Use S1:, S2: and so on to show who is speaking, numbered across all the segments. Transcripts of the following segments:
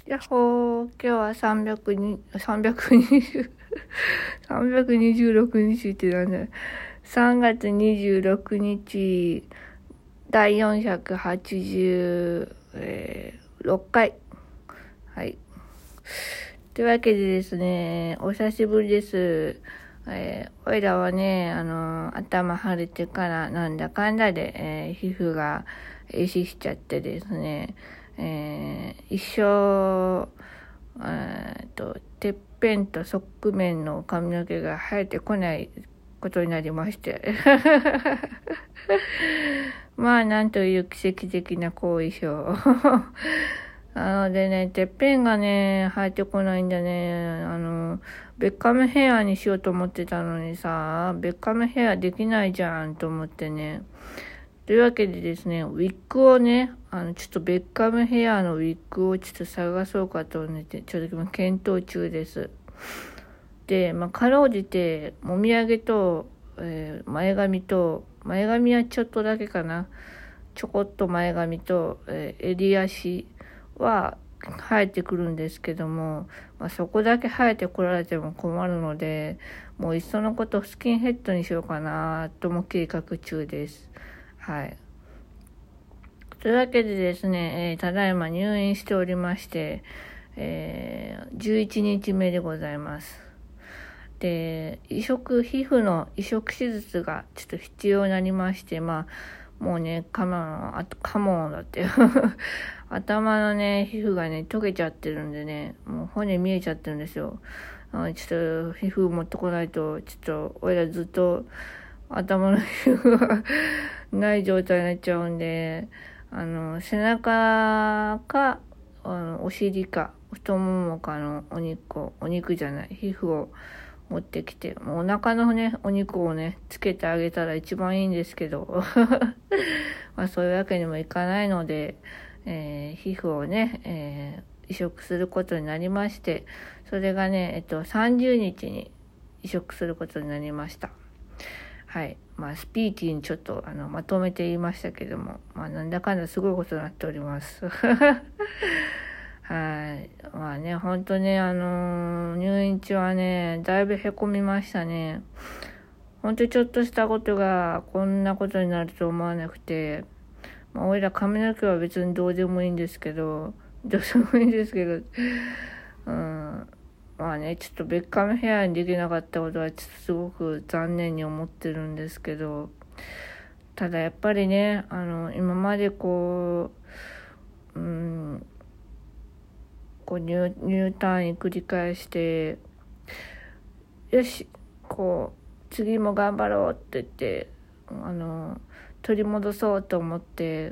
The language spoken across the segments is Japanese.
S1: やっほー、今日は326日ってなんだよ。3月26日、第486回。はい。というわけでですね、お久しぶりです。おいらはね、頭腫れてからなんだかんだで、皮膚が壊死しちゃってですね、一生、てっぺんと側面の髪の毛が生えてこないことになりまして。まあ、なんという奇跡的な後遺症。なのでね、てっぺんがね、生えてこないんだね。ベッカムヘアにしようと思ってたのにさ、ベッカムヘアできないじゃんと思ってね。というわけでですね、ウィッグをね、ちょっとベッカムヘアのウィッグをちょっと探そうかと思って、ちょっと今検討中です。で、かろうじて、もみあげと、前髪はちょっとだけかな。ちょこっと前髪と、襟足は生えてくるんですけども、そこだけ生えてこられても困るので、もういっそのことスキンヘッドにしようかなとも計画中です。はい。というわけでですね、ただいま入院しておりまして、11日目でございます。で、皮膚の移植手術がちょっと必要になりまして、もうね、カモだって。頭のね、皮膚がね、溶けちゃってるんでね、もう骨見えちゃってるんですよ。ちょっと皮膚持ってこないと、ちょっと、おいらずっと頭の皮膚がない状態になっちゃうんで、背中か、お尻か、太ももかのお肉じゃない、皮膚を持ってきて、もうお腹のね、お肉をね、つけてあげたら一番いいんですけど、そういうわけにもいかないので、皮膚をね、移植することになりまして、それがね、30日に移植することになりました。はい。スピーティーにちょっとまとめて言いましたけども、なんだかんだすごいことになっております。はい。ね、ほんとね、入院中はね、だいぶ凹みましたね。ほんとちょっとしたことがこんなことになると思わなくて、おいら髪の毛は別にどうでもいいんですけど、うん。ちょっとベッカムヘアにできなかったことはちょっとすごく残念に思ってるんですけど、ただやっぱりね、今までこう入退院繰り返して、よし、次も頑張ろうって言って、取り戻そうと思って、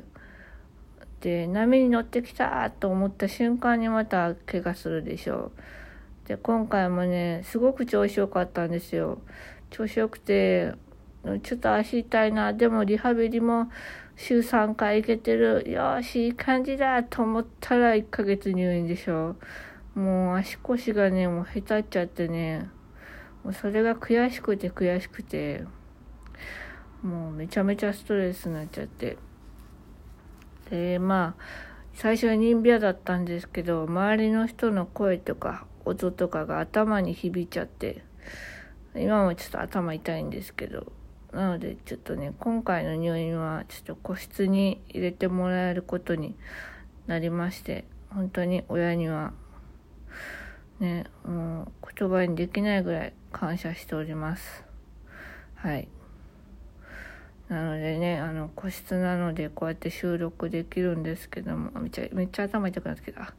S1: で、波に乗ってきたと思った瞬間にまた怪我するでしょう。で、今回もね、すごく調子良かったんですよ。調子良くて、ちょっと足痛いな、でもリハビリも週3回行けてる、よし、いい感じだと思ったら1ヶ月入院でしょ。もう足腰がね、もうへたっちゃってね、もうそれが悔しくて、もうめちゃめちゃストレスになっちゃって。で、最初は忍病だったんですけど、周りの人の声とか音とかが頭に響いちゃって、今もちょっと頭痛いんですけど、なのでちょっとね、今回の入院はちょっと個室に入れてもらえることになりまして、本当に親にはね、もう言葉にできないぐらい感謝しております。はい。なのでね、個室なのでこうやって収録できるんですけども、めっちゃ頭痛くなってきた。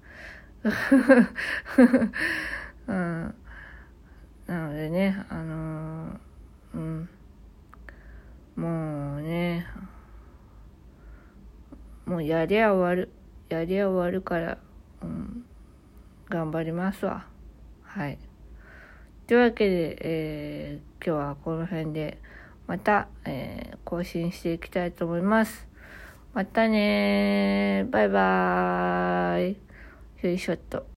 S1: うん。なのでね、もうね、もうやりゃ終わるから、頑張りますわ。はい。というわけで、今日はこの辺でまた、更新していきたいと思います。またねー。バイバーイ。よいしょっと。